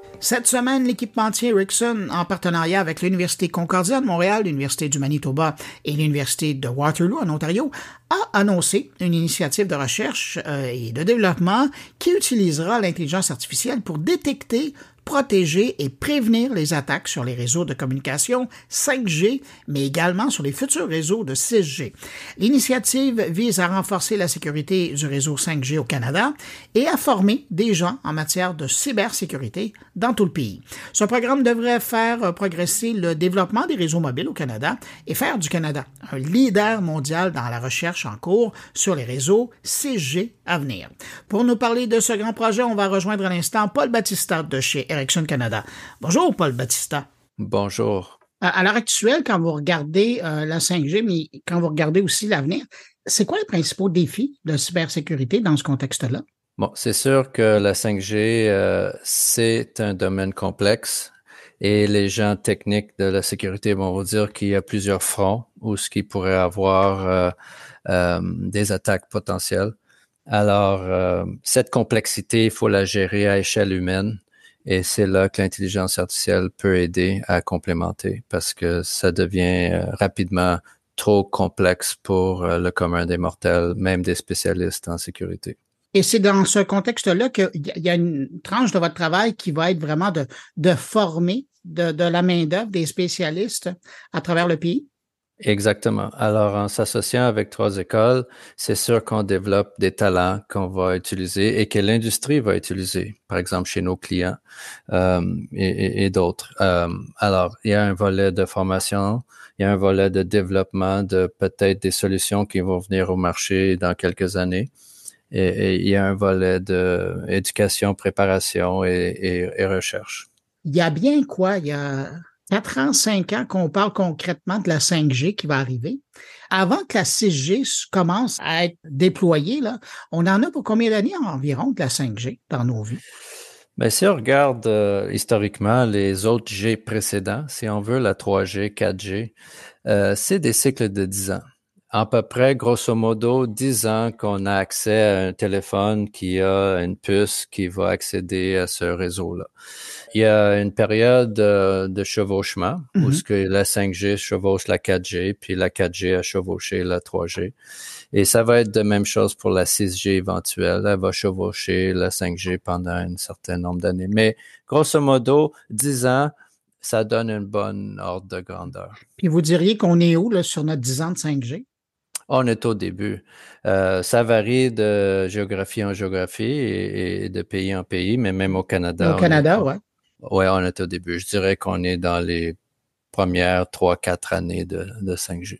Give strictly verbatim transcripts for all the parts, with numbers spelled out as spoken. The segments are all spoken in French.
Cette semaine, l'équipementier Ericsson, en partenariat avec l'Université Concordia de Montréal, l'Université du Manitoba et l'Université de Waterloo en Ontario, a annoncé une initiative de recherche euh, et de développement qui utilisera l'intelligence artificielle pour détecter, protéger et prévenir les attaques sur les réseaux de communication cinq G, mais également sur les futurs réseaux de six G. L'initiative vise à renforcer la sécurité du réseau cinq G au Canada et à former des gens en matière de cybersécurité dans tout le pays. Ce programme devrait faire progresser le développement des réseaux mobiles au Canada et faire du Canada un leader mondial dans la recherche en cours sur les réseaux six G à venir. Pour nous parler de ce grand projet, on va rejoindre à l'instant Paul Battista de chez Ericsson Canada. Bonjour, Paul Battista. Bonjour. À l'heure actuelle, quand vous regardez euh, la cinq G, mais quand vous regardez aussi l'avenir, c'est quoi les principaux défis de cybersécurité dans ce contexte-là? Bon, c'est sûr que la cinq G, euh, c'est un domaine complexe et les gens techniques de la sécurité vont vous dire qu'il y a plusieurs fronts où ce qui pourrait avoir euh, euh, des attaques potentielles. Alors, euh, cette complexité, il faut la gérer à échelle humaine. Et c'est là que l'intelligence artificielle peut aider à complémenter parce que ça devient euh, rapidement trop complexe pour euh, le commun des mortels, même des spécialistes en sécurité. Et c'est dans ce contexte-là qu'il y a une tranche de votre travail qui va être vraiment de, de former de, de la main-d'œuvre des spécialistes à travers le pays? Exactement. Alors, en s'associant avec trois écoles, c'est sûr qu'on développe des talents qu'on va utiliser et que l'industrie va utiliser, par exemple chez nos clients euh, et, et, et d'autres. Euh, alors, il y a un volet de formation, il y a un volet de développement de peut-être des solutions qui vont venir au marché dans quelques années. Et, et il y a un volet de éducation, préparation et, et, et recherche. Il y a bien quoi? Il y a quatre ans, cinq ans qu'on parle concrètement de la cinq G qui va arriver. Avant que la six G commence à être déployée, là, on en a pour combien d'années environ de la cinq G dans nos vies? Ben, si on regarde euh, historiquement les autres G précédents, si on veut la trois G, quatre G, euh, c'est des cycles de dix ans. À peu près, grosso modo, dix ans qu'on a accès à un téléphone qui a une puce qui va accéder à ce réseau-là. Il y a une période de, de chevauchement mm-hmm. où ce que la cinq G chevauche la quatre G, puis la quatre G a chevauché la trois G. Et ça va être de même chose pour la six G éventuelle. Elle va chevaucher la cinq G pendant un certain nombre d'années. Mais grosso modo, dix ans, ça donne une bonne ordre de grandeur. Puis vous diriez qu'on est où là, sur notre dix ans de cinq G? On est au début. Euh, ça varie de géographie en géographie et, et de pays en pays, mais même au Canada. Au Canada, oui. Oui, on est au début. Je dirais qu'on est dans les premières trois, quatre années de, de cinq G.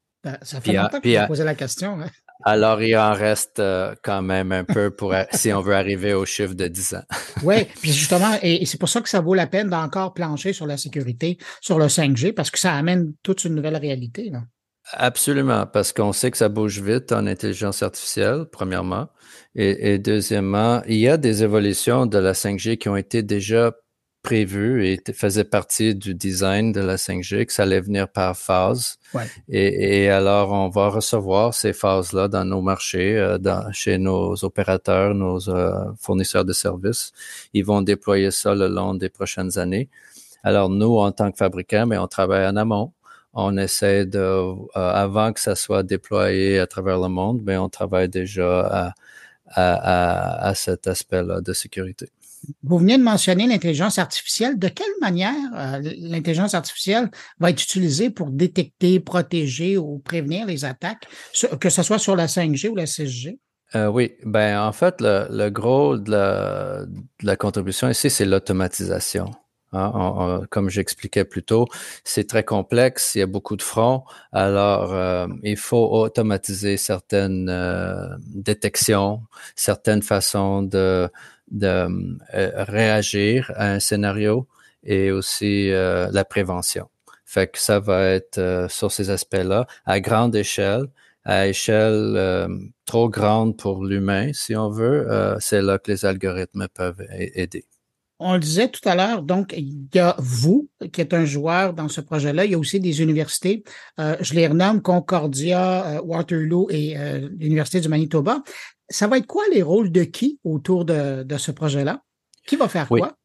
Ça fait puis longtemps à, que je me posais la question. Hein? Alors, il en reste euh, quand même un peu pour si on veut arriver au chiffre de dix ans. Oui, puis justement, et, et c'est pour ça que ça vaut la peine d'encore plancher sur la sécurité, sur le cinq G, parce que ça amène toute une nouvelle réalité, là. Absolument, parce qu'on sait que ça bouge vite en intelligence artificielle, premièrement. Et, et deuxièmement, il y a des évolutions de la cinq G qui ont été déjà prévues et faisaient partie du design de la cinq G, que ça allait venir par phase. Ouais. Et, et alors, on va recevoir ces phases-là dans nos marchés, euh, dans, chez nos opérateurs, nos euh, fournisseurs de services. Ils vont déployer ça le long des prochaines années. Alors, nous, en tant que fabricants, mais on travaille en amont. On essaie de, euh, avant que ça soit déployé à travers le monde, mais on travaille déjà à, à, à, à cet aspect-là de sécurité. Vous venez de mentionner l'intelligence artificielle. De quelle manière euh, l'intelligence artificielle va être utilisée pour détecter, protéger ou prévenir les attaques, que ce soit sur la cinq G ou la six G? Euh, oui, ben en fait, le, le gros de la, de la contribution ici, c'est l'automatisation. Hein, on, on, comme j'expliquais plus tôt, c'est très complexe, il y a beaucoup de fronts, alors euh, il faut automatiser certaines euh, détections, certaines façons de, de euh, réagir à un scénario et aussi euh, la prévention. Fait que ça va être euh, sur ces aspects-là, à grande échelle, à échelle euh, trop grande pour l'humain, si on veut, euh, c'est là que les algorithmes peuvent aider. On le disait tout à l'heure, donc il y a vous qui êtes un joueur dans ce projet-là. Il y a aussi des universités. Euh, je les renomme Concordia, euh, Waterloo et euh, l'Université du Manitoba. Ça va être quoi les rôles de qui autour de, de ce projet-là? Qui va faire oui. quoi?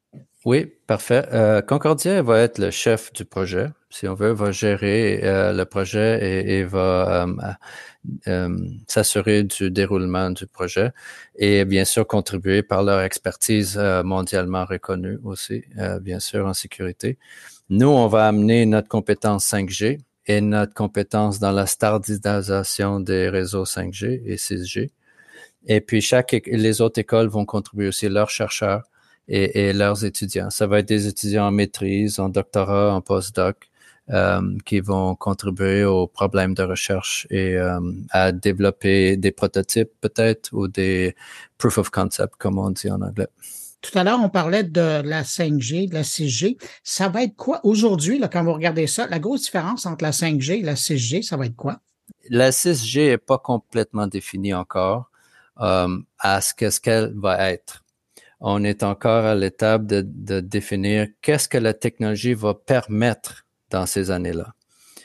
Oui, parfait. Euh, Concordia va être le chef du projet, si on veut, va gérer euh, le projet et, et va euh, euh, s'assurer du déroulement du projet et bien sûr contribuer par leur expertise euh, mondialement reconnue aussi, euh, bien sûr en sécurité. Nous, on va amener notre compétence cinq G et notre compétence dans la standardisation des réseaux cinq G et six G. Et puis, chaque, les autres écoles vont contribuer aussi leurs chercheurs et, et leurs étudiants. Ça va être des étudiants en maîtrise, en doctorat, en postdoc, euh, qui vont contribuer aux problèmes de recherche et euh, à développer des prototypes peut-être ou des proof of concept, comme on dit en anglais. Tout à l'heure, on parlait de la cinq G, de la six G. Ça va être quoi aujourd'hui, là, quand vous regardez ça, la grosse différence entre la cinq G et la six G, ça va être quoi? La six G est pas complètement définie encore euh, à ce qu'est-ce qu'elle va être. On est encore à l'étape de, de définir qu'est-ce que la technologie va permettre dans ces années-là.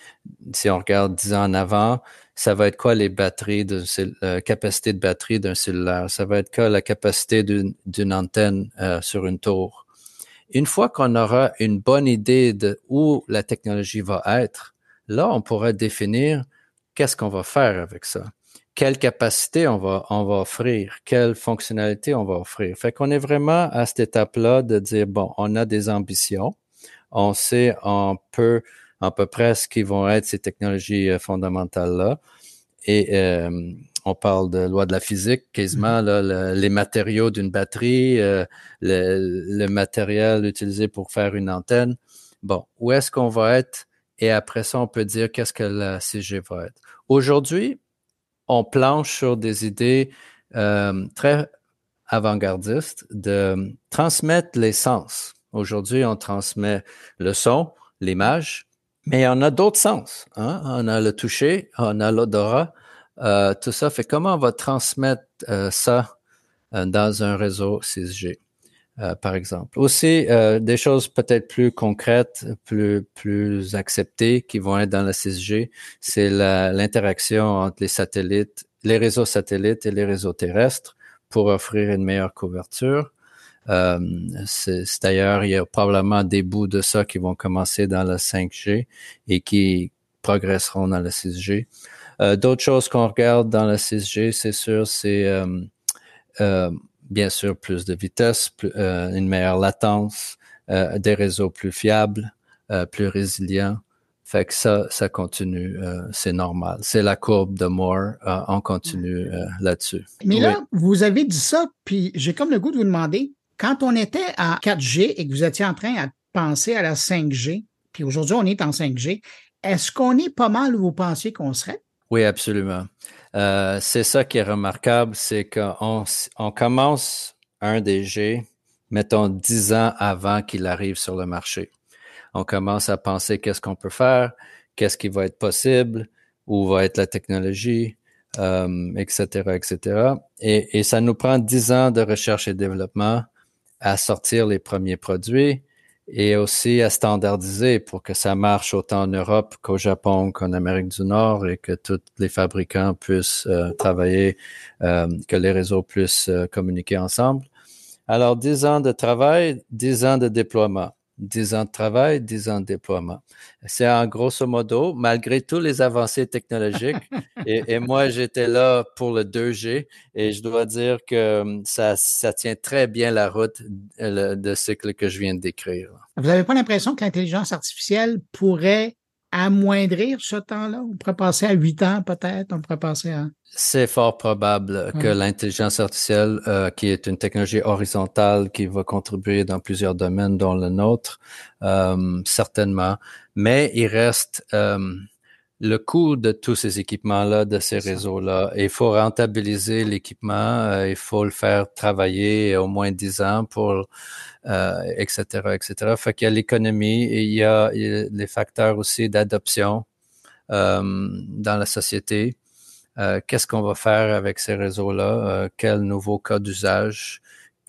Si on regarde dix ans en avant, ça va être quoi les batteries, de euh, capacité de batterie d'un cellulaire? Ça va être quoi la capacité d'une, d'une antenne euh, sur une tour? Une fois qu'on aura une bonne idée de où la technologie va être, là, on pourra définir qu'est-ce qu'on va faire avec ça. Quelle capacité on va, on va offrir, quelle fonctionnalité on va offrir. Fait qu'on est vraiment à cette étape-là de dire, bon, on a des ambitions, on sait un peu, à peu près ce qui vont être ces technologies fondamentales-là. Et euh, on parle de loi de la physique, quasiment, là, le, les matériaux d'une batterie, euh, le, le matériel utilisé pour faire une antenne. Bon, où est-ce qu'on va être? Et après ça, on peut dire qu'est-ce que la six G va être. Aujourd'hui, on planche sur des idées euh, très avant-gardistes de transmettre les sens. Aujourd'hui, on transmet le son, l'image, mais on a d'autres sens. Hein? On a le toucher, on a l'odorat, euh, tout ça. Fait comment on va transmettre euh, ça euh, dans un réseau six G, euh, par exemple. Aussi, euh, des choses peut-être plus concrètes, plus plus acceptées qui vont être dans la six G, c'est la, l'interaction entre les satellites, les réseaux satellites et les réseaux terrestres pour offrir une meilleure couverture. Euh, c'est, c'est d'ailleurs, il y a probablement des bouts de ça qui vont commencer dans la cinq G et qui progresseront dans la six G. Euh, d'autres choses qu'on regarde dans la six G, c'est sûr, c'est euh, euh, bien sûr plus de vitesse, plus, euh, une meilleure latence, euh, des réseaux plus fiables, euh, plus résilients. Fait que ça, ça continue, euh, c'est normal. C'est la courbe de Moore, euh, on continue euh, là-dessus. Mais Oui. là, vous avez dit ça, puis j'ai comme le goût de vous demander, quand on était à quatre G et que vous étiez en train de penser à la cinq G, puis aujourd'hui on est en cinq G, est-ce qu'on est pas mal où vous pensiez qu'on serait? Oui, absolument. Euh, c'est ça qui est remarquable, c'est qu'on on commence un D G, mettons dix ans avant qu'il arrive sur le marché. On commence à penser qu'est-ce qu'on peut faire, qu'est-ce qui va être possible, où va être la technologie, euh, et cetera, et cetera. Et, et ça nous prend dix ans de recherche et développement à sortir les premiers produits et aussi à standardiser pour que ça marche autant en Europe qu'au Japon, qu'en Amérique du Nord et que tous les fabricants puissent euh, travailler, euh, que les réseaux puissent euh, communiquer ensemble. Alors, dix ans de travail, dix ans de déploiement. Dix ans de travail, dix ans de déploiement. C'est en grosso modo, malgré tous les avancées technologiques, et, et moi, j'étais là pour le deux G, et je dois dire que ça, ça tient très bien la route le, de cycle que je viens de décrire. Vous n'avez pas l'impression que l'intelligence artificielle pourrait amoindrir ce temps-là? On pourrait passer à huit ans peut-être, on pourrait passer à... C'est fort probable que Ouais. l'intelligence artificielle, euh, qui est une technologie horizontale qui va contribuer dans plusieurs domaines, dont le nôtre, euh, certainement. Mais il reste euh, le coût de tous ces équipements-là, de ces réseaux-là. Il faut rentabiliser l'équipement, euh, il faut le faire travailler au moins dix ans pour, euh, et cetera, et cetera. Fait qu'il y a l'économie et il y a, il y a les facteurs aussi d'adoption euh, dans la société. Euh, qu'est-ce qu'on va faire avec ces réseaux-là? Euh, quel nouveau cas d'usage?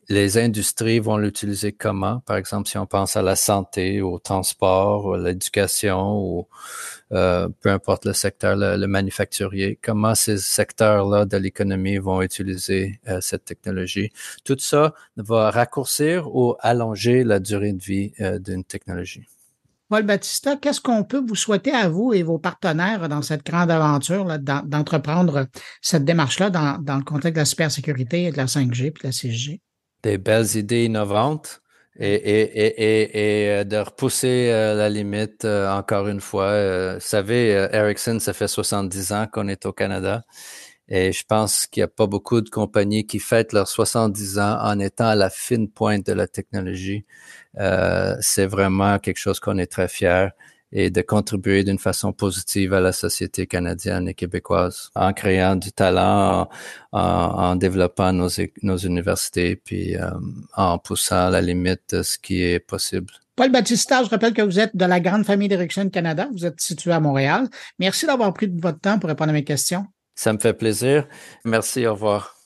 les industries vont l'utiliser comment? Par exemple, si on pense à la santé, au transport, à l'éducation, ou euh, peu importe le secteur, le, le manufacturier, comment ces secteurs-là de l'économie vont utiliser euh, cette technologie? Tout ça va raccourcir ou allonger la durée de vie euh, d'une technologie. Paul Battista, qu'est-ce qu'on peut vous souhaiter à vous et vos partenaires dans cette grande aventure là, d'entreprendre cette démarche-là dans, dans le contexte de la cybersécurité et de la cinq G et de la six G? Des belles idées innovantes et, et, et, et, et de repousser euh, la limite euh, encore une fois. Euh, vous savez, euh, Ericsson, ça fait soixante-dix ans qu'on est au Canada et je pense qu'il n'y a pas beaucoup de compagnies qui fêtent leurs soixante-dix ans en étant à la fine pointe de la technologie. Euh, c'est vraiment quelque chose qu'on est très fiers et de contribuer d'une façon positive à la société canadienne et québécoise en créant du talent, en, en, en développant nos, nos universités, puis euh, en poussant la limite de ce qui est possible. Paul Battista, je rappelle que vous êtes de la grande famille d'Ericsson Canada. Vous êtes situé à Montréal. Merci d'avoir pris de votre temps pour répondre à mes questions. Ça me fait plaisir. Merci, au revoir.